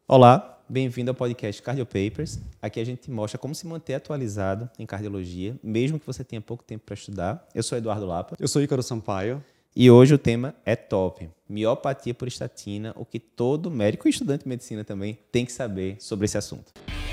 Olá, bem-vindo ao podcast Cardio Papers. Aqui a gente mostra como se manter atualizado em cardiologia, mesmo que você tenha pouco tempo para estudar. Eu sou Eduardo Lapa. Eu sou Ícaro Sampaio. E hoje o tema é top. Miopatia por estatina, o que todo médico e estudante de medicina também tem que saber sobre esse assunto.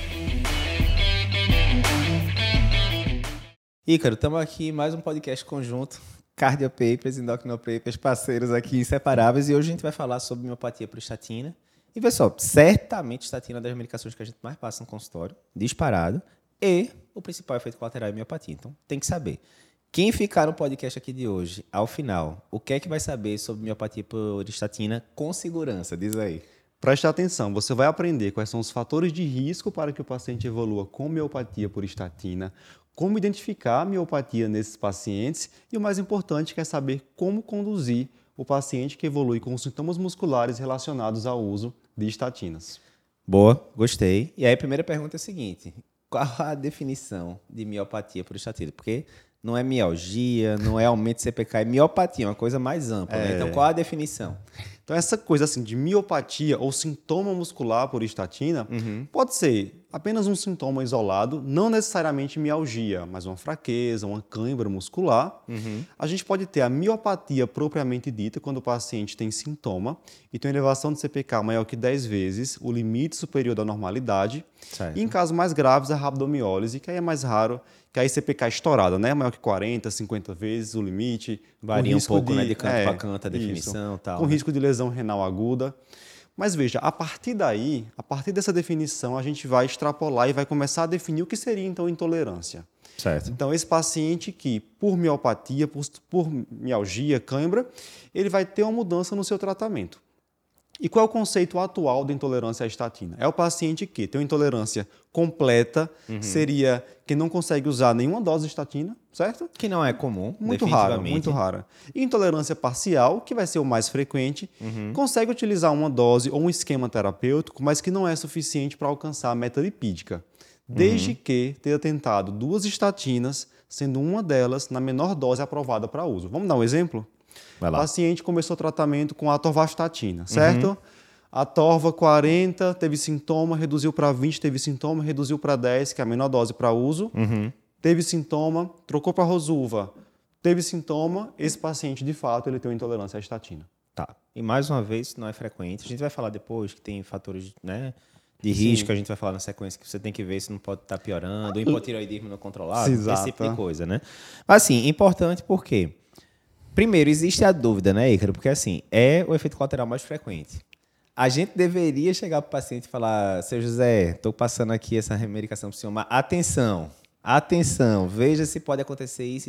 Ícaro, estamos aqui em mais um podcast conjunto, Cardio Papers e Endocrino Papers, parceiros aqui inseparáveis, e hoje a gente vai falar sobre miopatia por estatina. E pessoal, certamente estatina é das medicações que a gente mais passa no consultório, disparado, e o principal efeito colateral é a miopatia, então tem que saber. Quem ficar no podcast aqui de hoje, ao final, o que é que vai saber sobre miopatia por estatina com segurança? Diz aí. Preste atenção, você vai aprender quais são os fatores de risco para que o paciente evolua com miopatia por estatina, como identificar a miopatia nesses pacientes e, o mais importante, quer saber como conduzir o paciente que evolui com sintomas musculares relacionados ao uso de estatinas. Boa, gostei. E aí a primeira pergunta é a seguinte: qual a definição de miopatia por estatina? Porque não é mialgia, não é aumento de CPK, é miopatia, uma coisa mais ampla, né? Então, qual a definição? Então, essa coisa assim de miopatia ou sintoma muscular por estatina pode ser apenas um sintoma isolado, não necessariamente mialgia, mas uma fraqueza, uma cãibra muscular. A gente pode ter a miopatia propriamente dita, quando o paciente tem sintoma e tem uma elevação de CPK maior que 10 vezes o limite superior da normalidade. Certo. E em casos mais graves, a rabdomiólise, que aí é mais raro, que aí CPK estourada, né? Maior que 40, 50 vezes o limite. Varia um pouco, né, de canto para canto a definição. Tal, com né? risco de lesão renal aguda. Mas veja, a partir daí, a partir dessa definição, a gente vai extrapolar e vai começar a definir o que seria, então, intolerância. Certo. Então, esse paciente que, por miopatia, por mialgia, cãibra, ele vai ter uma mudança no seu tratamento. E qual é o conceito atual de intolerância à estatina? É o paciente que tem uma intolerância completa, seria que não consegue usar nenhuma dose de estatina, certo? Que não é comum, Muito rara, muito rara. E intolerância parcial, que vai ser o mais frequente, consegue utilizar uma dose ou um esquema terapêutico, mas que não é suficiente para alcançar a meta lipídica, desde que tenha tentado 2 estatinas, sendo uma delas na menor dose aprovada para uso. Vamos dar um exemplo? Vai lá. O paciente começou o tratamento com atorvastatina, certo? Atorva 40, teve sintoma, reduziu para 20, teve sintoma, reduziu para 10, que é a menor dose para uso. Teve sintoma, trocou para Rosuva. Teve sintoma, esse paciente, de fato, ele tem uma intolerância à estatina. Tá. E mais uma vez, isso não é frequente. A gente vai falar depois que tem fatores, né, de risco, a gente vai falar na sequência que você tem que ver se não pode estar piorando, o hipotireoidismo não controlado, esse tipo de coisa, né? Mas assim, importante porque, primeiro, existe a dúvida, né, Ícaro? Porque assim, é o efeito colateral mais frequente. A gente deveria chegar para o paciente e falar: seu José, estou passando aqui essa medicação para o senhor, mas atenção, veja se pode acontecer isso.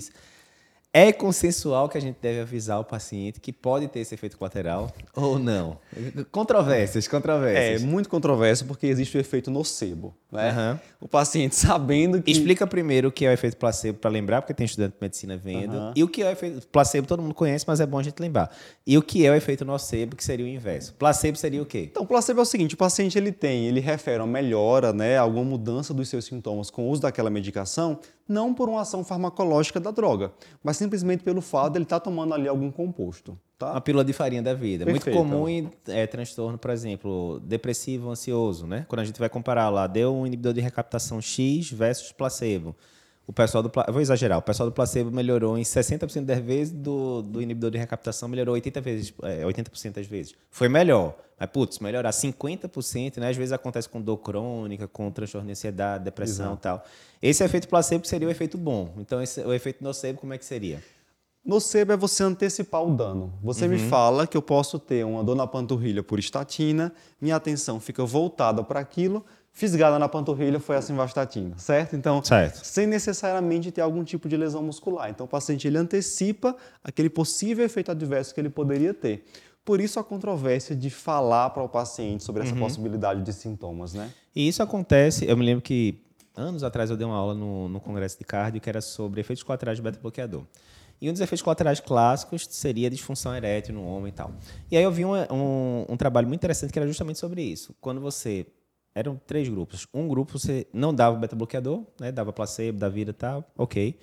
É consensual que a gente deve avisar o paciente que pode ter esse efeito colateral ou não? Controvérsias. É muito controverso porque existe o efeito nocebo, né? O paciente sabendo que... Explica primeiro o que é o efeito placebo para lembrar, porque tem estudante de medicina vendo. E o que é o efeito placebo, todo mundo conhece, mas é bom a gente lembrar. E o que é o efeito nocebo, que seria o inverso. Placebo seria o quê? Então, placebo é o seguinte: o paciente ele refere uma melhora, né, alguma mudança dos seus sintomas com o uso daquela medicação, não por uma ação farmacológica da droga, mas simplesmente pelo fato de ele estar tomando ali algum composto. Tá? Uma pílula de farinha da vida. Perfeito. Muito comum em transtorno, por exemplo, depressivo, ansioso, né? Quando a gente vai comparar lá, deu um inibidor de recaptação X versus placebo. O pessoal do vou exagerar, o pessoal do placebo melhorou em 60% das vezes, do inibidor de recaptação melhorou 80% das vezes. Foi melhor. Mas, putz, melhorar 50%, né? Às vezes acontece com dor crônica, com transtorno de ansiedade, depressão e tal. Esse efeito placebo seria o efeito bom. Então, o efeito nocebo, como é que seria? Nocebo é você antecipar o dano. Você me fala que eu posso ter uma dor na panturrilha por estatina, minha atenção fica voltada para aquilo, fisgada na panturrilha foi a simvastatina, certo? Então, sem necessariamente ter algum tipo de lesão muscular. Então, o paciente ele antecipa aquele possível efeito adverso que ele poderia ter. Por isso, a controvérsia de falar para o paciente sobre essa possibilidade de sintomas, né? E isso acontece, eu me lembro que anos atrás eu dei uma aula no congresso de cardio que era sobre efeitos colaterais de beta-bloqueador. E um dos efeitos colaterais clássicos seria a disfunção erétil no homem e tal. E aí eu vi um trabalho muito interessante que era justamente sobre isso. Quando você... Eram 3 grupos. Um grupo você não dava beta-bloqueador, né? Dava placebo, dava vida e tal, ok.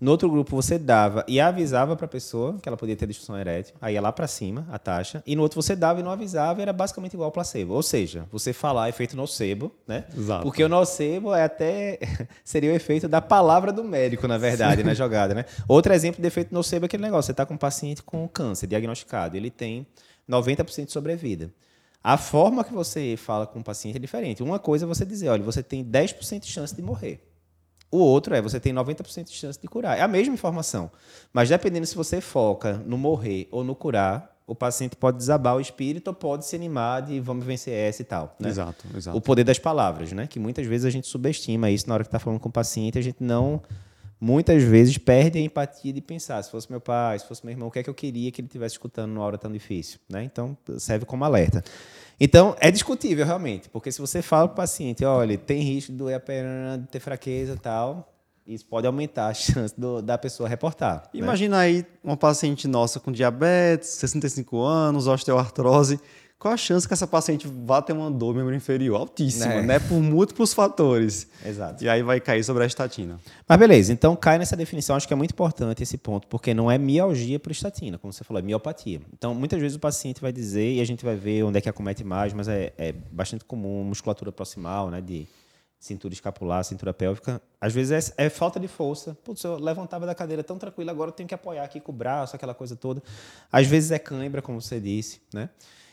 No outro grupo, você dava e avisava para a pessoa que ela podia ter disfunção erétil. Aí ia lá para cima, a taxa. E no outro, você dava e não avisava. Era basicamente igual ao placebo. Ou seja, você falar efeito nocebo, né? Exato. Porque o nocebo é até... seria o efeito da palavra do médico, na verdade, na jogada, né? Outro exemplo de efeito nocebo é aquele negócio. Você está com um paciente com câncer diagnosticado. Ele tem 90% de sobrevida. A forma que você fala com o paciente é diferente. Uma coisa é você dizer, olha, você tem 10% de chance de morrer. O outro é, você tem 90% de chance de curar. É a mesma informação. Mas dependendo se você foca no morrer ou no curar, o paciente pode desabar o espírito ou pode se animar de vamos vencer essa e tal. Né? Exato. O poder das palavras, né? Que muitas vezes a gente subestima isso na hora que está falando com o paciente. A gente não, muitas vezes, perde a empatia de pensar, se fosse meu pai, se fosse meu irmão, o que é que eu queria que ele estivesse escutando numa hora tão difícil? Né? Então, serve como alerta. Então, é discutível, realmente, porque se você fala para o paciente, olha, tem risco de doer a perna, de ter fraqueza e tal, isso pode aumentar a chance da pessoa reportar. Imagina aí uma paciente nossa com diabetes, 65 anos, osteoartrose. Qual a chance que essa paciente vá ter uma dor membro inferior? Altíssima, né? Por múltiplos fatores. Exato. E aí vai cair sobre a estatina. Mas beleza, então cai nessa definição, acho que é muito importante esse ponto, porque não é mialgia por estatina, como você falou, é miopatia. Então, muitas vezes o paciente vai dizer, e a gente vai ver onde é que acomete mais, mas é bastante comum, musculatura proximal, né, de cintura escapular, cintura pélvica. Às vezes é falta de força. Putz, eu levantava da cadeira tão tranquilo, agora eu tenho que apoiar aqui com o braço, aquela coisa toda. Às vezes é cãibra, como você disse, né?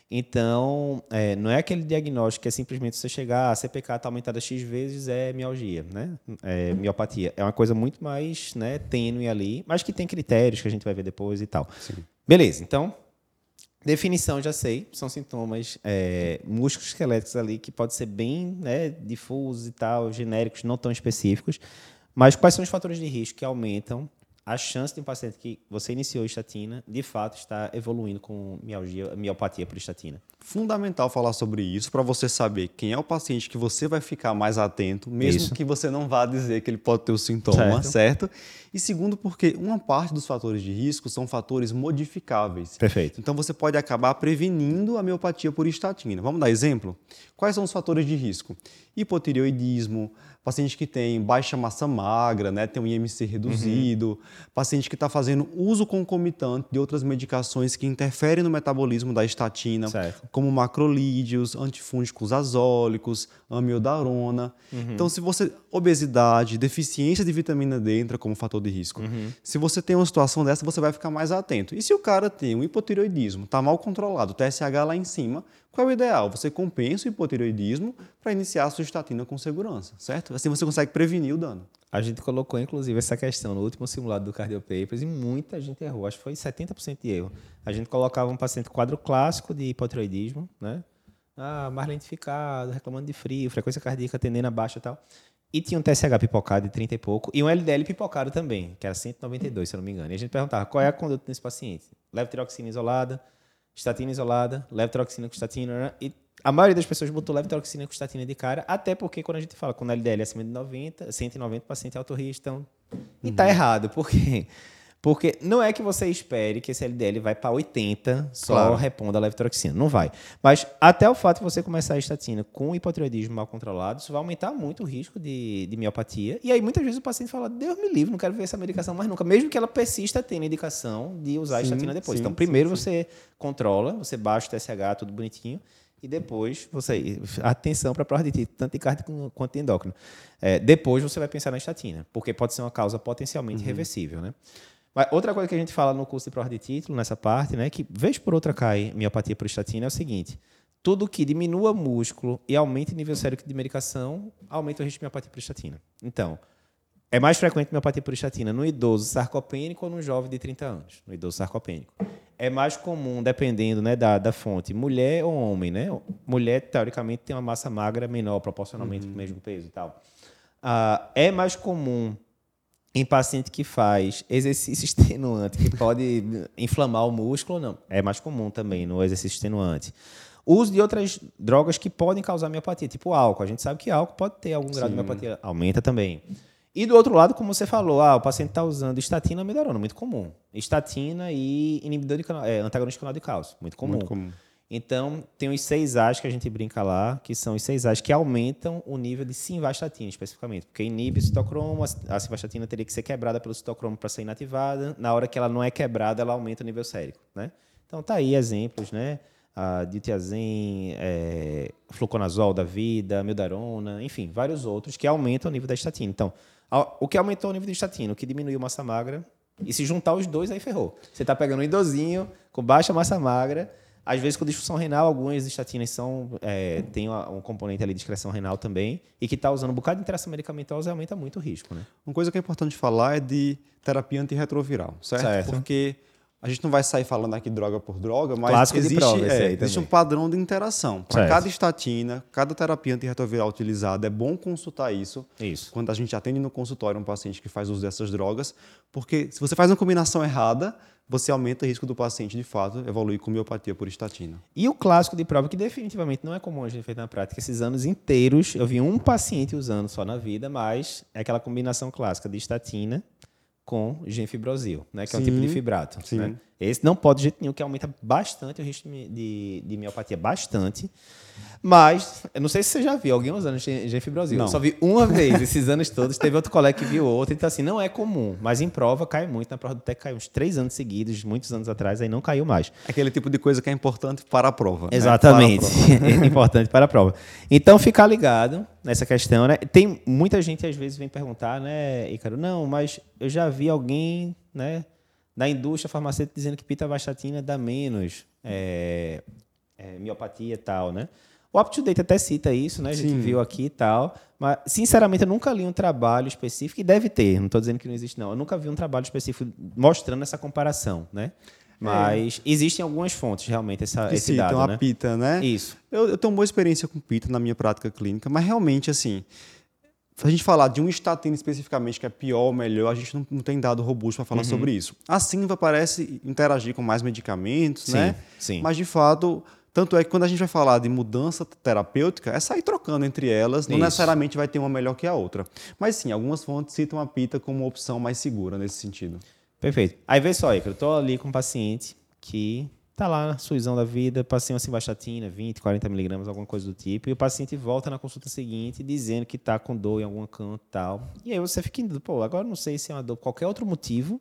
Então, não é aquele diagnóstico que é simplesmente você chegar, a CPK está aumentada X vezes, é mialgia, né? É miopatia. É uma coisa muito mais, né, tênue ali, mas que tem critérios que a gente vai ver depois e tal. Sim. Beleza, então, definição já sei, são sintomas músculos esqueléticos ali que pode ser bem, né, difusos e tal, genéricos, não tão específicos. Mas quais são os fatores de risco que aumentam a chance de um paciente que você iniciou estatina, de fato, está evoluindo com miopatia por estatina? Fundamental falar sobre isso para você saber quem é o paciente que você vai ficar mais atento, mesmo que você não vá dizer que ele pode ter o sintoma, certo? E segundo, porque uma parte dos fatores de risco são fatores modificáveis. Perfeito. Então você pode acabar prevenindo a miopatia por estatina. Vamos dar exemplo? Quais são os fatores de risco? Hipotireoidismo, paciente que tem baixa massa magra, né, tem um IMC reduzido, paciente que está fazendo uso concomitante de outras medicações que interferem no metabolismo da estatina, como macrolídeos, antifúngicos azólicos, amiodarona. Então, se você... Obesidade, deficiência de vitamina D entra como fator de risco. Se você tem uma situação dessa, você vai ficar mais atento. E se o cara tem um hipotireoidismo, está mal controlado, o TSH lá em cima, qual é o ideal? Você compensa o hipotireoidismo para iniciar a sua estatina com segurança, certo? Assim você consegue prevenir o dano. A gente colocou, inclusive, essa questão no último simulado do Cardiopapers e muita gente errou. Acho que foi 70% de erro. A gente colocava um paciente quadro clássico de hipotireoidismo, né? Mais lentificado, reclamando de frio, frequência cardíaca tendendo a baixa e tal. E tinha um TSH pipocado de 30 e pouco e um LDL pipocado também, que era 192, se eu não me engano. E a gente perguntava, qual é a conduta desse paciente? Levotiroxina isolada, estatina isolada, levotiroxina com estatina, né? E a maioria das pessoas botou levotiroxina com estatina de cara, até porque quando a gente fala com LDL acima de 90, 190, paciente é alto risco, então... E tá errado, por quê? Porque não é que você espere que esse LDL vai para 80 só repondo a levotiroxina. Não vai. Mas até o fato de você começar a estatina com hipotireoidismo mal controlado, isso vai aumentar muito o risco de miopatia. E aí muitas vezes o paciente fala, Deus me livre, não quero ver essa medicação mais nunca. Mesmo que ela persista tendo indicação de usar a estatina depois. Então primeiro você controla, você baixa o TSH, tudo bonitinho. E depois, atenção para a prova de título, tanto de cardíaco quanto de endócrino. Depois você vai pensar na estatina, porque pode ser uma causa potencialmente reversível, né? Mas outra coisa que a gente fala no curso de prova de título, nessa parte, né, que vez por outra cai miopatia por estatina, é o seguinte: tudo que diminua músculo e aumente o nível sérico de medicação, aumenta o risco de miopatia por estatina. Então, é mais frequente miopatia por estatina no idoso sarcopênico ou no jovem de 30 anos, no idoso sarcopênico. É mais comum, dependendo, né, da fonte, mulher ou homem, né? Mulher, teoricamente, tem uma massa magra menor, proporcionalmente com o mesmo peso e tal. É mais comum em paciente que faz exercício extenuante, que pode inflamar o músculo, não. É mais comum também no exercício extenuante. O uso de outras drogas que podem causar miopatia, tipo álcool. A gente sabe que álcool pode ter algum grau de miopatia. Aumenta também. E do outro lado, como você falou, o paciente está usando estatina ou amiodarona, muito comum. Estatina e inibidor de antagonista do canal de cálcio, muito comum. Então, tem os 6As que a gente brinca lá, que são os 6As que aumentam o nível de simvastatina, especificamente. Porque inibe o citocromo, a simvastatina teria que ser quebrada pelo citocromo para ser inativada. Na hora que ela não é quebrada, ela aumenta o nível sérico, né? Então, tá aí exemplos, né? A diltiazem, fluconazol da vida, mildarona, enfim, vários outros que aumentam o nível da estatina. Então, o que aumentou o nível de estatina, o que diminuiu massa magra, e se juntar os dois, aí ferrou. Você está pegando um idosinho com baixa massa magra, às vezes com disfunção renal, algumas estatinas têm um componente ali de excreção renal também, e que está usando um bocado de interação medicamentosa aumenta muito o risco, né? Uma coisa que é importante falar é de terapia antirretroviral, certo? Porque a gente não vai sair falando aqui droga por droga, mas existe um padrão de interação. Para cada estatina, cada terapia antirretroviral utilizada, é bom consultar isso quando a gente atende no consultório um paciente que faz uso dessas drogas, porque se você faz uma combinação errada, você aumenta o risco do paciente, de fato, evoluir com miopatia por estatina. E o clássico de prova, que definitivamente não é comum a gente feito na prática, esses anos inteiros, eu vi um paciente usando só na vida, mas é aquela combinação clássica de estatina com gemfibrosil, né, que é um tipo de fibrato. Né? Esse não pode de jeito nenhum, que aumenta bastante o risco de miopatia, bastante. Mas, eu não sei se você já viu alguém usando gemfibrosil. Não. Eu só vi uma vez esses anos todos. Teve outro colega que viu outro. Então, assim, não é comum. Mas em prova cai muito. Na prova do TEC caiu uns 3 anos seguidos, muitos anos atrás, aí não caiu mais. Aquele tipo de coisa que é importante para a prova. Exatamente. Né? Para a prova. É importante para a prova. Então, ficar ligado nessa questão, né? Tem muita gente, às vezes, vem perguntar, né, Ícaro? Não, mas eu já vi alguém, né, da indústria farmacêutica dizendo que pitavastatina dá menos miopatia e tal, né? O UpToDate até cita isso, né? A gente viu aqui e tal. Mas, sinceramente, eu nunca li um trabalho específico, e deve ter, não estou dizendo que não existe, não. Eu nunca vi um trabalho específico mostrando essa comparação, né? Mas existem algumas fontes, realmente, esse dado, então, né? a pita, né? Isso. Eu tenho uma boa experiência com pita na minha prática clínica, mas realmente, assim, se a gente falar de um estatina especificamente que é pior ou melhor, a gente não tem dado robusto para falar sobre isso. A Sinva parece interagir com mais medicamentos, né? Sim. Mas, de fato, tanto é que quando a gente vai falar de mudança terapêutica, é sair trocando entre elas, não necessariamente vai ter uma melhor que a outra. Mas, sim, algumas fontes citam a pita como uma opção mais segura nesse sentido. Perfeito. Aí vê só, Ícaro, eu estou ali com um paciente que está lá na suizão da vida, passei uma simvastatina, 20, 40 miligramas, alguma coisa do tipo, e o paciente volta na consulta seguinte dizendo que está com dor em algum canto e tal. E aí você fica indo, agora não sei se é uma dor por qualquer outro motivo,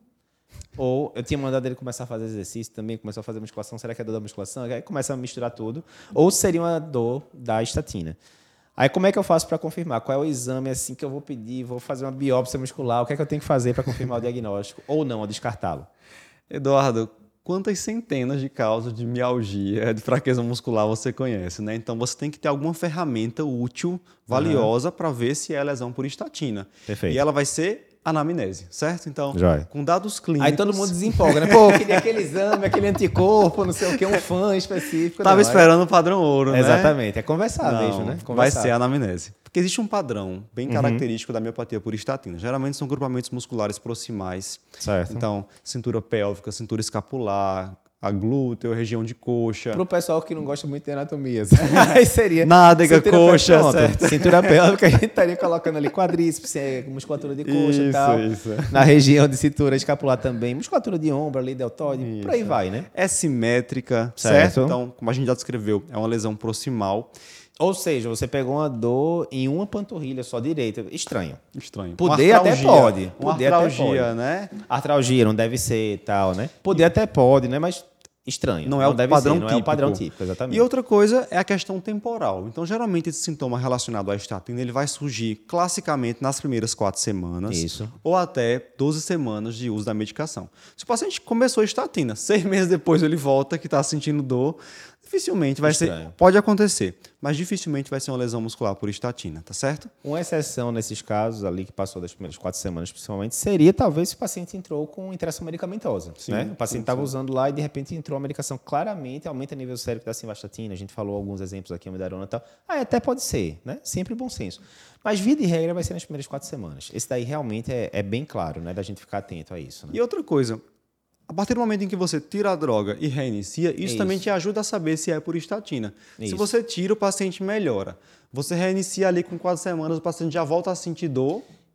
ou eu tinha mandado ele começar a fazer exercício também, começou a fazer musculação, será que é dor da musculação? Aí começa a misturar tudo, ou seria uma dor da estatina. Aí como é que eu faço para confirmar? Qual é o exame assim que eu vou pedir? Vou fazer uma biópsia muscular? O que é que eu tenho que fazer para confirmar o diagnóstico? Ou não, ou descartá-lo? Eduardo, quantas centenas de causas de mialgia, de fraqueza muscular você conhece, né? Então você tem que ter alguma ferramenta útil, valiosa, para ver se é lesão por estatina. Perfeito. E ela vai ser anamnese, certo? Então, com dados clínicos... Aí todo mundo desempolga, né? Pô, queria aquele exame, aquele anticorpo, não sei o que, um fã específico. Tava esperando o padrão ouro, né? Exatamente, é conversar mesmo, né? Conversar. Vai ser anamnese. Porque existe um padrão bem característico da miopatia por estatina. Geralmente são grupamentos musculares proximais. Certo. Então, cintura pélvica, cintura escapular, a glúteo, região de coxa. Pro pessoal que não gosta muito de anatomia, aí seria... Nádega, coxa, certo. Cintura pélvica, a gente estaria colocando ali quadríceps, musculatura de coxa e tal. Isso. Na região de cintura escapular também, musculatura de ombro ali, deltóide, por aí vai, né? É simétrica, certo? Então, como a gente já descreveu, é uma lesão proximal. Ou seja, você pegou uma dor em uma panturrilha só direita. Estranho. Poder até pode. Uma artralgia, né? Artralgia não deve ser tal, né? Poder até pode, né? Mas estranho. Não é o padrão típico. Não é o padrão típico, exatamente. E outra coisa é a questão temporal. Então, geralmente, esse sintoma relacionado à estatina, ele vai surgir classicamente nas primeiras 4 semanas. Isso. Ou até 12 semanas de uso da medicação. Se o paciente começou a estatina, 6 meses depois ele volta que está sentindo dor, dificilmente vai ser... Pode acontecer, mas dificilmente vai ser uma lesão muscular por estatina, tá certo? Uma exceção nesses casos ali, que passou das primeiras 4 semanas, principalmente, seria talvez se o paciente entrou com interação medicamentosa. Sim, né? O paciente estava usando lá e de repente entrou a medicação, claramente aumenta o nível sérico da simvastatina. A gente falou alguns exemplos aqui, a mildarona e tal. Até pode ser, né? Sempre bom senso. Mas, via de regra, vai ser nas primeiras 4 semanas. Esse daí realmente é bem claro, né? Da gente ficar atento a isso. Né? E outra coisa... A partir do momento em que você tira a droga e reinicia, isso também te ajuda a saber se é por estatina. Se você tira, o paciente melhora. Você reinicia ali com 4 semanas, o paciente já volta a sentir dor.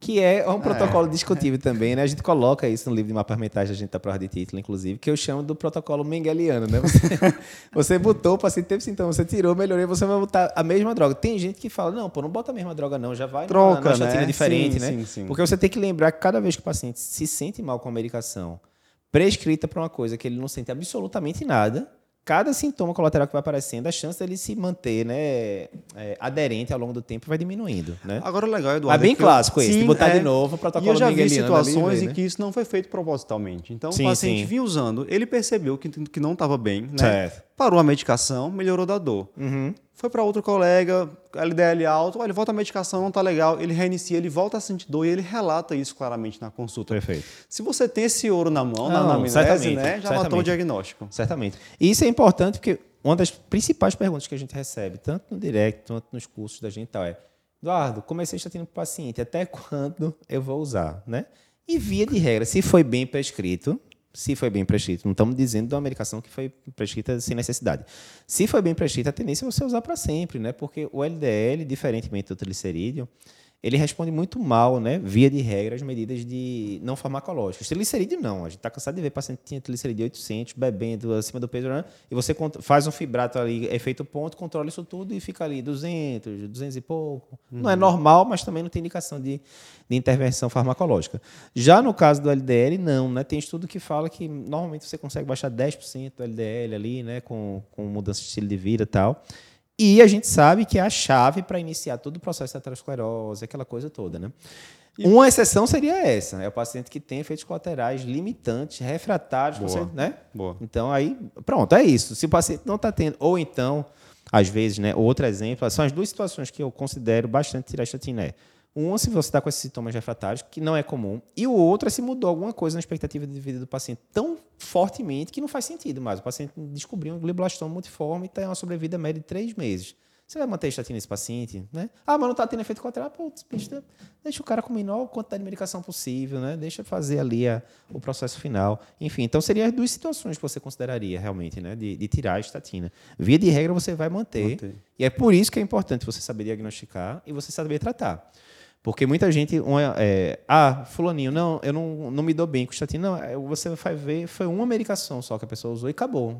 Que é um protocolo discutível também, né? A gente coloca isso no livro de mapas mentais da gente da prova de título, inclusive, que eu chamo do protocolo mengeliano, né? Você botou, o paciente teve sintoma, você tirou, melhorou, você vai botar a mesma droga. Tem gente que fala, não, pô, não bota a mesma droga não, já vai troca, numa estatina diferente, sim, né? Sim. Porque você tem que lembrar que cada vez que o paciente se sente mal com a medicação prescrita para uma coisa que ele não sente absolutamente nada, cada sintoma colateral que vai aparecendo, a chance dele se manter, né, aderente ao longo do tempo vai diminuindo, né? Agora, o legal, Eduardo... É bem clássico esse, de botar de novo o protocolo mengeliano. E eu já vi situações ali, em que isso não foi feito propositalmente. Então, sim, o paciente vinha usando, ele percebeu que não estava bem, né? Certo. Parou a medicação, melhorou da dor. Foi para outro colega, LDL alto, olha, volta a medicação, não está legal, ele reinicia, ele volta a sentir dor e ele relata isso claramente na consulta. Perfeito. Se você tem esse ouro na mão, na anamnese, né, já matou o diagnóstico. Certamente. E isso é importante porque uma das principais perguntas que a gente recebe, tanto no direct, quanto nos cursos da gente, é: Eduardo, comecei a estatina para o paciente, até quando eu vou usar, né? E via de regra, se foi bem prescrito, não estamos dizendo de uma medicação que foi prescrita sem necessidade. Se foi bem prescrita, a tendência é você usar para sempre, né? Porque o LDL, diferentemente do triglicerídeo, ele responde muito mal, né, via de regra, às medidas de não farmacológicas. Triglicerídeo não. A gente está cansado de ver paciente que tinha triglicerídeo de 800, bebendo acima do peso, né? E você faz um fibrato ali, efeito ponto, controla isso tudo e fica ali 200, 200 e pouco. Não é normal, mas também não tem indicação de intervenção farmacológica. Já no caso do LDL, não, né? Tem estudo que fala que normalmente você consegue baixar 10% do LDL ali, né, com mudança de estilo de vida e tal. E a gente sabe que é a chave para iniciar todo o processo de aterosclerose, aquela coisa toda, né? Uma exceção seria essa, é o paciente que tem efeitos colaterais limitantes, refratários, né? Boa. Então, aí, pronto, é isso. Se o paciente não está tendo, ou então, às vezes, né, outro exemplo, são as duas situações que eu considero bastante tirar estatina. Uma, se você está com esses sintomas refratários, que não é comum. E o outro é se mudou alguma coisa na expectativa de vida do paciente tão fortemente que não faz sentido mais. O paciente descobriu um glioblastoma multiforme e tem uma sobrevida média de 3 meses. Você vai manter a estatina nesse paciente, né? Ah, mas não está tendo efeito colateral. Putz, deixa o cara com a menor quantidade de medicação possível, né? Deixa fazer ali o processo final. Enfim, então seriam as duas situações que você consideraria realmente, né? De tirar a estatina. Via de regra, você vai manter. E é por isso que é importante você saber diagnosticar e você saber tratar. Porque muita gente... fulaninho, não, eu não me dou bem com estatina. Não, você vai ver, foi uma medicação só que a pessoa usou e acabou.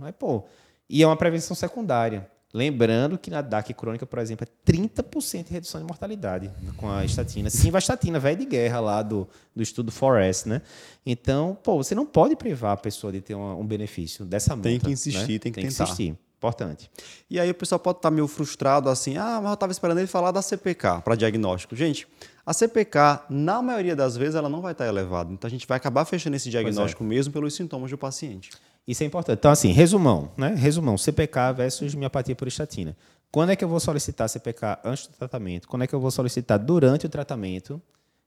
E é uma prevenção secundária. Lembrando que na DAC crônica, por exemplo, é 30% de redução de mortalidade com a estatina. Simvastatina, velho de guerra lá do estudo Forest, né? Então, você não pode privar a pessoa de ter um benefício dessa multa. Tem que insistir, né? tem que tentar. Insistir. Importante. E aí o pessoal pode estar meio frustrado assim, mas eu estava esperando ele falar da CPK para diagnóstico. Gente, a CPK, na maioria das vezes, ela não vai estar elevada. Então, a gente vai acabar fechando esse diagnóstico mesmo pelos sintomas do paciente. Isso é importante. Então, assim, resumão, né? Resumão, CPK versus miopatia por estatina. Quando é que eu vou solicitar CPK antes do tratamento? Quando é que eu vou solicitar durante o tratamento?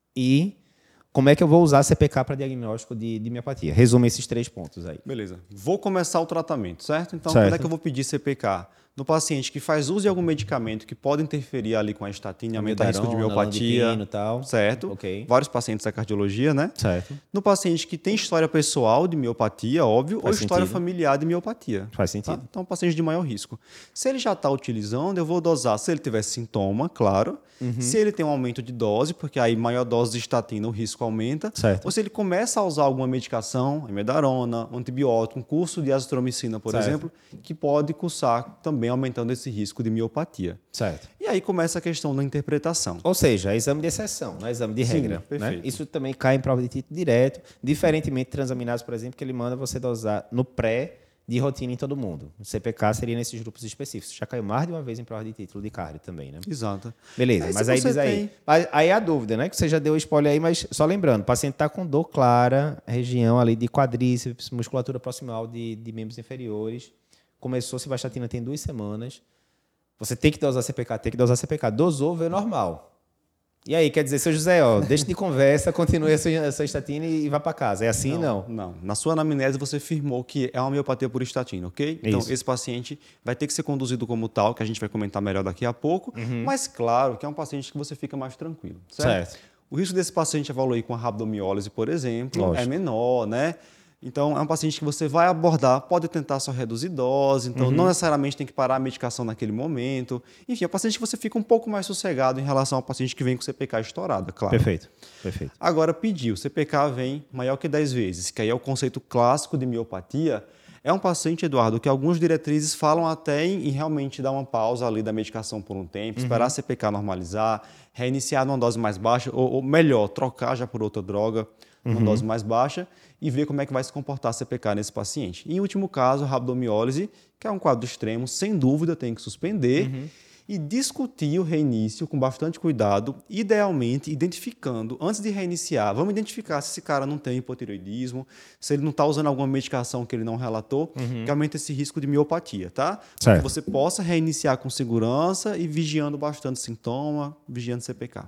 E como é que eu vou usar a CPK para diagnóstico de miopatia? Resume esses 3 pontos aí. Beleza. Vou começar o tratamento, certo? Então, quando é que eu vou pedir CPK? No paciente que faz uso de algum medicamento que pode interferir ali com a estatina e aumentar o risco de miopatia. Tal. Certo? Okay. Vários pacientes da cardiologia, né? Certo. No paciente que tem história pessoal de miopatia, óbvio, ou história familiar de miopatia. Faz sentido. Tá? Então, paciente de maior risco. Se ele já está utilizando, eu vou dosar se ele tiver sintoma, claro. Se ele tem um aumento de dose, porque aí maior dose de estatina, o risco aumenta. Certo. Ou se ele começa a usar alguma medicação, emedarona, um antibiótico, um curso de azitromicina, por exemplo, que pode cursar também aumentando esse risco de miopatia. Certo. E aí começa a questão da interpretação. Ou seja, exame de exceção, não é exame de regra. Né? Isso também cai em prova de título direto, diferentemente de transaminases, por exemplo, que ele manda você dosar no pré de rotina em todo mundo. O CPK seria nesses grupos específicos. Já caiu mais de uma vez em prova de título de cardio também, né? Exato. Beleza, mas aí diz aí. Aí a dúvida, né? Que você já deu o spoiler aí, mas só lembrando, o paciente está com dor clara, região ali de quadríceps, musculatura proximal de membros inferiores. Começou simvastatina tem 2 semanas. Você tem que dosar CPK, Dosou, veio normal. E aí, quer dizer, seu José, deixa de conversa, continue a sua estatina e vá para casa. É assim, não? Não. Na sua anamnese, você firmou que é uma miopatia por estatina, ok? Então, esse paciente vai ter que ser conduzido como tal, que a gente vai comentar melhor daqui a pouco. Mas, claro, que é um paciente que você fica mais tranquilo, certo? O risco desse paciente evoluir com a rabdomiólise, por exemplo, é menor, né? Então, é um paciente que você vai abordar, pode tentar só reduzir dose, então não necessariamente tem que parar a medicação naquele momento. Enfim, é um paciente que você fica um pouco mais sossegado em relação ao paciente que vem com CPK estourada, claro. Perfeito. Agora, pediu, CPK vem maior que 10 vezes, que aí é o conceito clássico de miopatia. É um paciente, Eduardo, que algumas diretrizes falam até em realmente dar uma pausa ali da medicação por um tempo, esperar a CPK normalizar, reiniciar numa dose mais baixa, ou melhor, trocar já por outra droga, uma dose mais baixa, e ver como é que vai se comportar a CPK nesse paciente. E, em último caso, a rabdomiólise, que é um quadro extremo, sem dúvida tem que suspender e discutir o reinício com bastante cuidado, idealmente identificando, antes de reiniciar, vamos identificar se esse cara não tem hipotireoidismo, se ele não está usando alguma medicação que ele não relatou, que aumenta esse risco de miopatia, tá? Para que você possa reiniciar com segurança e vigiando bastante sintoma, vigiando CPK.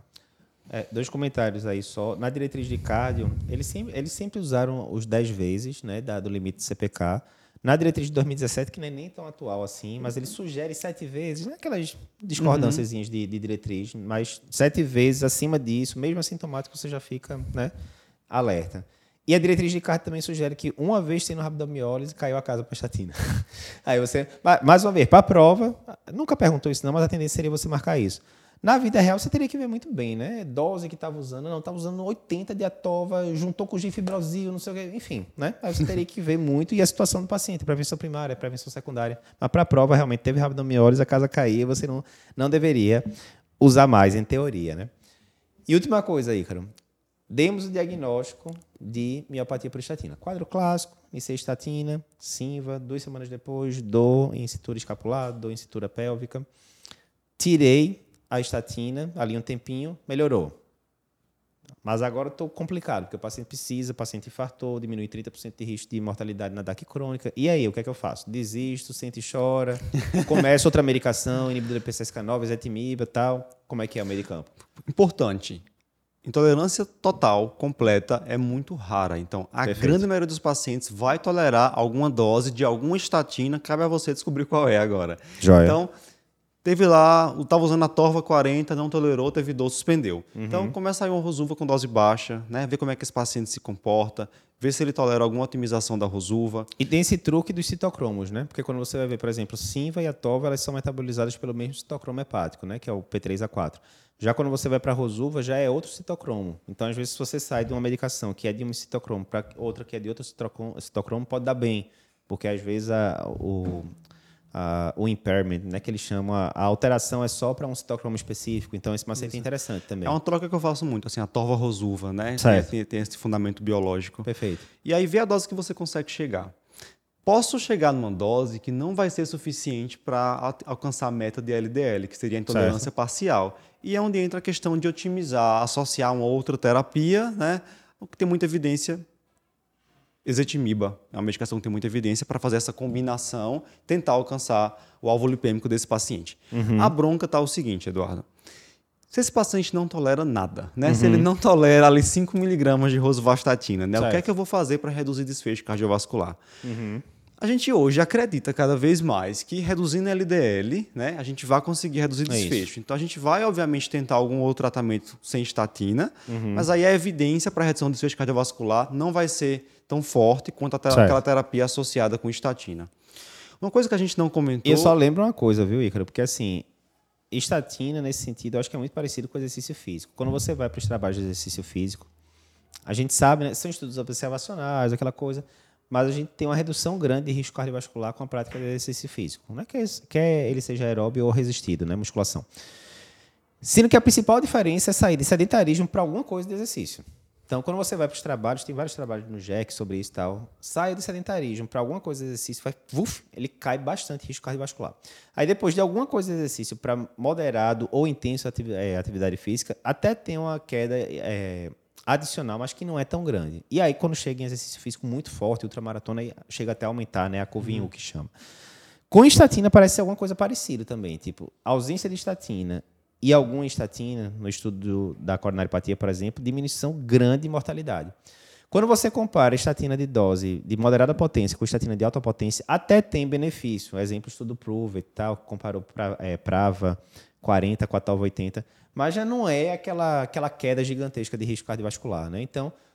2 comentários aí só. Na diretriz de cardio, eles sempre usaram os 10 vezes, né, do limite de CPK. Na diretriz de 2017, que não é nem tão atual assim, mas ele sugere 7 vezes, né, aquelas discordâncias de diretriz, mas 7 vezes acima disso, mesmo assintomático, você já fica, né, alerta. E a diretriz de cardio também sugere que uma vez tendo rabdomiólise, caiu a casa para estatina. Aí você, mais uma vez, para a prova, nunca perguntou isso não, mas a tendência seria você marcar isso. Na vida real, você teria que ver muito bem, né? Dose que estava usando, não, estava usando 80 de atova, juntou com gifibrosil, não sei o quê, enfim, né? Aí você teria que ver muito e a situação do paciente, prevenção primária, prevenção secundária. Mas para a prova, realmente, teve rabdomiólise, a casa caía, você não deveria usar mais, em teoria, né? E última coisa, Ícaro. Demos o diagnóstico de miopatia por estatina. Quadro clássico, iniciei estatina, Synva, 2 semanas depois, dor em cintura escapular, dor em cintura pélvica. Tirei a estatina, ali um tempinho, melhorou. Mas agora estou complicado, porque o paciente precisa, o paciente infartou, diminui 30% de risco de mortalidade na DAC crônica. E aí, o que é que eu faço? Desisto, sente e chora, começo outra medicação, inibidor de PCSK9, ezetimiba e tal. Como é que é o meio de campo? Importante. Intolerância total, completa, é muito rara. Então, a grande maioria dos pacientes vai tolerar alguma dose de alguma estatina, cabe a você descobrir qual é agora. Joia. Então, teve lá, estava usando a Torva 40, não tolerou, teve dor, suspendeu. Então, começa aí uma Rosuva com dose baixa, né? Ver como é que esse paciente se comporta, ver se ele tolera alguma otimização da Rosuva. E tem esse truque dos citocromos, né? Porque quando você vai ver, por exemplo, Synva e a Torva, elas são metabolizadas pelo mesmo citocromo hepático, né? Que é o P3A4. Já quando você vai para a Rosuva, já é outro citocromo. Então, às vezes, se você sai de uma medicação que é de um citocromo para outra que é de outro citocromo, pode dar bem. Porque, às vezes, o impairment, né, que eles chamam, a alteração é só para um citocromo específico. Então, esse macete é interessante também. É uma troca que eu faço muito, assim, a Torva-Rosuva, né? Tem esse fundamento biológico. Perfeito. E aí, vê a dose que você consegue chegar. Posso chegar numa dose que não vai ser suficiente para alcançar a meta de LDL, que seria a intolerância parcial. E é onde entra a questão de otimizar, associar uma outra terapia, né? O que tem muita evidência, ezetimiba, é uma medicação que tem muita evidência para fazer essa combinação, tentar alcançar o alvo lipêmico desse paciente. A bronca está o seguinte, Eduardo. Se esse paciente não tolera nada, né? Se ele não tolera ali 5 mg de rosuvastatina, né? O que é que eu vou fazer para reduzir desfecho cardiovascular? A gente hoje acredita cada vez mais que reduzindo LDL, né, a gente vai conseguir reduzir desfecho. Então a gente vai, obviamente, tentar algum outro tratamento sem estatina, mas aí a evidência para redução do desfecho cardiovascular não vai ser tão forte quanto aquela terapia associada com estatina. Uma coisa que a gente não comentou... E eu só lembro uma coisa, viu, Ícaro? Porque assim, estatina, nesse sentido, eu acho que é muito parecido com o exercício físico. Quando você vai para os trabalhos de exercício físico, a gente sabe, né, são estudos observacionais, aquela coisa... Mas a gente tem uma redução grande de risco cardiovascular com a prática de exercício físico. Não é que ele seja aeróbio ou resistido, né? Musculação. Sendo que a principal diferença é sair de sedentarismo para alguma coisa de exercício. Então, quando você vai para os trabalhos, tem vários trabalhos no JEC sobre isso e tal, sai do sedentarismo para alguma coisa de exercício, ele cai bastante risco cardiovascular. Aí, depois de alguma coisa de exercício para moderado ou intenso atividade física, até tem uma queda... adicional, mas que não é tão grande. E aí, quando chega em exercício físico muito forte, ultramaratona, chega até a aumentar, né? A curva em U que chama. Com estatina parece ser alguma coisa parecida também. Tipo, ausência de estatina e alguma estatina, no estudo da coronariopatia, por exemplo, diminuição grande de mortalidade. Quando você compara estatina de dose de moderada potência com estatina de alta potência, até tem benefício. Exemplo, estudo Prove e tal, comparou Prava 40 com a Tova 80, mas já não é aquela queda gigantesca de risco cardiovascular, né? Então,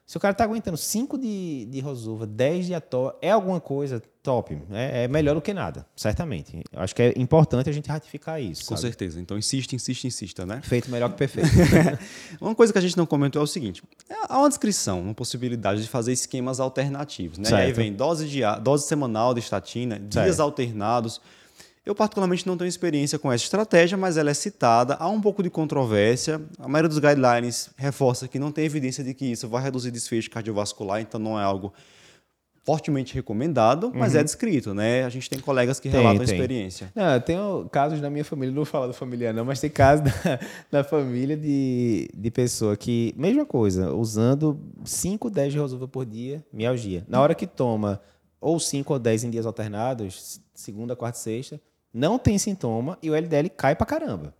Se o cara está aguentando 5 de Rosuva, 10 de Ator, é alguma coisa top. É melhor do que nada, certamente. Eu acho que é importante a gente ratificar isso. Com certeza. Então, insista, né? Feito melhor que perfeito. Uma coisa que a gente não comentou é o seguinte. Há uma descrição, uma possibilidade de fazer esquemas alternativos, né? E aí vem dose semanal de estatina, dias alternados. Eu, particularmente, não tenho experiência com essa estratégia, mas ela é citada, há um pouco de controvérsia. A maioria dos guidelines reforça que não tem evidência de que isso vai reduzir desfecho cardiovascular, então não é algo fortemente recomendado, mas é descrito, né? A gente tem colegas que relatam a experiência. Não, tem casos na minha família, não vou falar da familiar não, mas tem casos da família de pessoa que, mesma coisa, usando 5, 10 de Rosuva por dia, mialgia. Na hora que toma ou 5 ou 10 em dias alternados, segunda, quarta e sexta, não tem sintoma e o LDL cai pra caramba.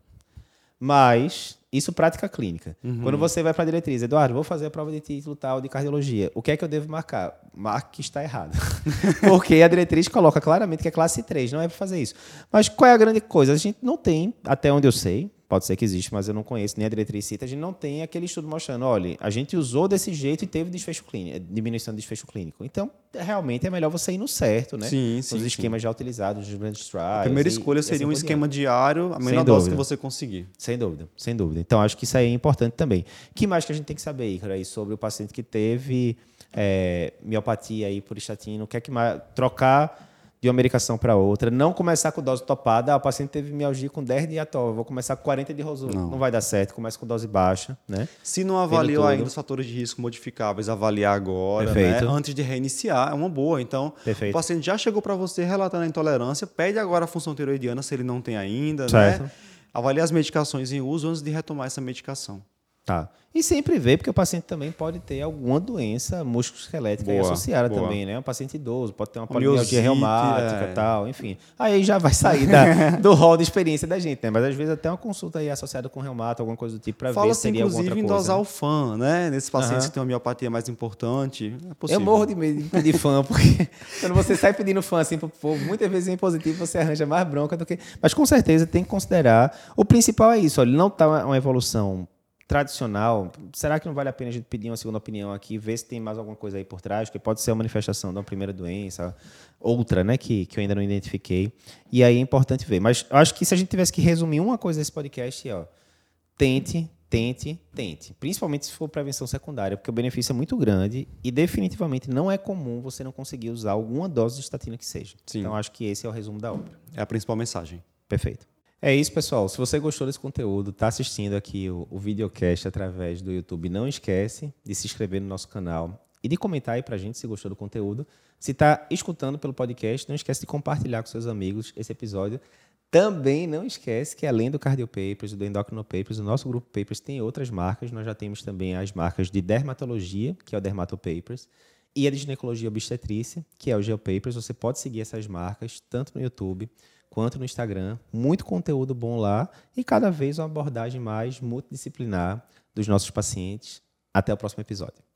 Mas isso prática clínica. Quando você vai para a diretriz, Eduardo, vou fazer a prova de título tal de cardiologia. O que é que eu devo marcar? Marque que está errado. Porque a diretriz coloca claramente que é classe 3, não é para fazer isso. Mas qual é a grande coisa? A gente não tem, até onde eu sei, pode ser que existe, mas eu não conheço, nem a diretriz cita, a gente não tem aquele estudo mostrando, olha, a gente usou desse jeito e teve desfecho clínico, diminuição de desfecho clínico. Então, realmente é melhor você ir no certo, né? Sim, os esquemas já utilizados, os grandes trials. A primeira escolha seria um esquema diário, a menor dose que você conseguir. Sem dúvida, sem dúvida. Então, acho que isso aí é importante também. O que mais que a gente tem que saber, Ícaro, aí sobre o paciente que teve miopatia aí por estatina, o que é que mais... Trocar de uma medicação para outra, não começar com dose topada, o paciente teve mialgia com 10 de Ator, vou começar com 40 de Rosuva, não vai dar certo, começa com dose baixa, né? Se não avaliou ainda os fatores de risco modificáveis, avaliar agora, né? Antes de reiniciar, é uma boa. Então, o paciente já chegou para você relatando a intolerância, pede agora a função tiroidiana se ele não tem ainda, né? Avalie as medicações em uso antes de retomar essa medicação. Tá. E sempre ver, porque o paciente também pode ter alguma doença musculoesquelética associada também, né? Um paciente idoso, pode ter uma polimialgia reumática e tal, enfim. Aí já vai sair do rol de experiência da gente, né? Mas às vezes até uma consulta aí associada com reumato, alguma coisa do tipo, para ver se seria alguma outra coisa. Fala-se, inclusive, em dosar o FAN, né? Nesses pacientes que têm uma miopatia mais importante, é possível. Eu morro de medo de pedir FAN, porque quando você sai pedindo FAN assim pro povo, muitas vezes em positivo você arranja mais bronca do que... Mas com certeza tem que considerar... O principal é isso, olha, não está uma evolução tradicional, será que não vale a pena a gente pedir uma segunda opinião aqui, ver se tem mais alguma coisa aí por trás, que pode ser a manifestação de uma primeira doença, outra, né, que eu ainda não identifiquei. E aí é importante ver. Mas eu acho que se a gente tivesse que resumir uma coisa desse podcast, tente. Principalmente se for prevenção secundária, porque o benefício é muito grande e definitivamente não é comum você não conseguir usar alguma dose de estatina que seja. Sim. Então, acho que esse é o resumo da obra. É a principal mensagem. Perfeito. É isso, pessoal. Se você gostou desse conteúdo, está assistindo aqui o videocast através do YouTube, não esquece de se inscrever no nosso canal e de comentar aí pra gente se gostou do conteúdo. Se está escutando pelo podcast, não esquece de compartilhar com seus amigos esse episódio. Também não esquece que, além do Cardio Papers e do Endocrino Papers, o nosso grupo Papers tem outras marcas. Nós já temos também as marcas de dermatologia, que é o Dermato Papers, e a de ginecologia obstetrícia, que é o Geo Papers. Você pode seguir essas marcas tanto no YouTube quanto no Instagram. Muito conteúdo bom lá e cada vez uma abordagem mais multidisciplinar dos nossos pacientes. Até o próximo episódio.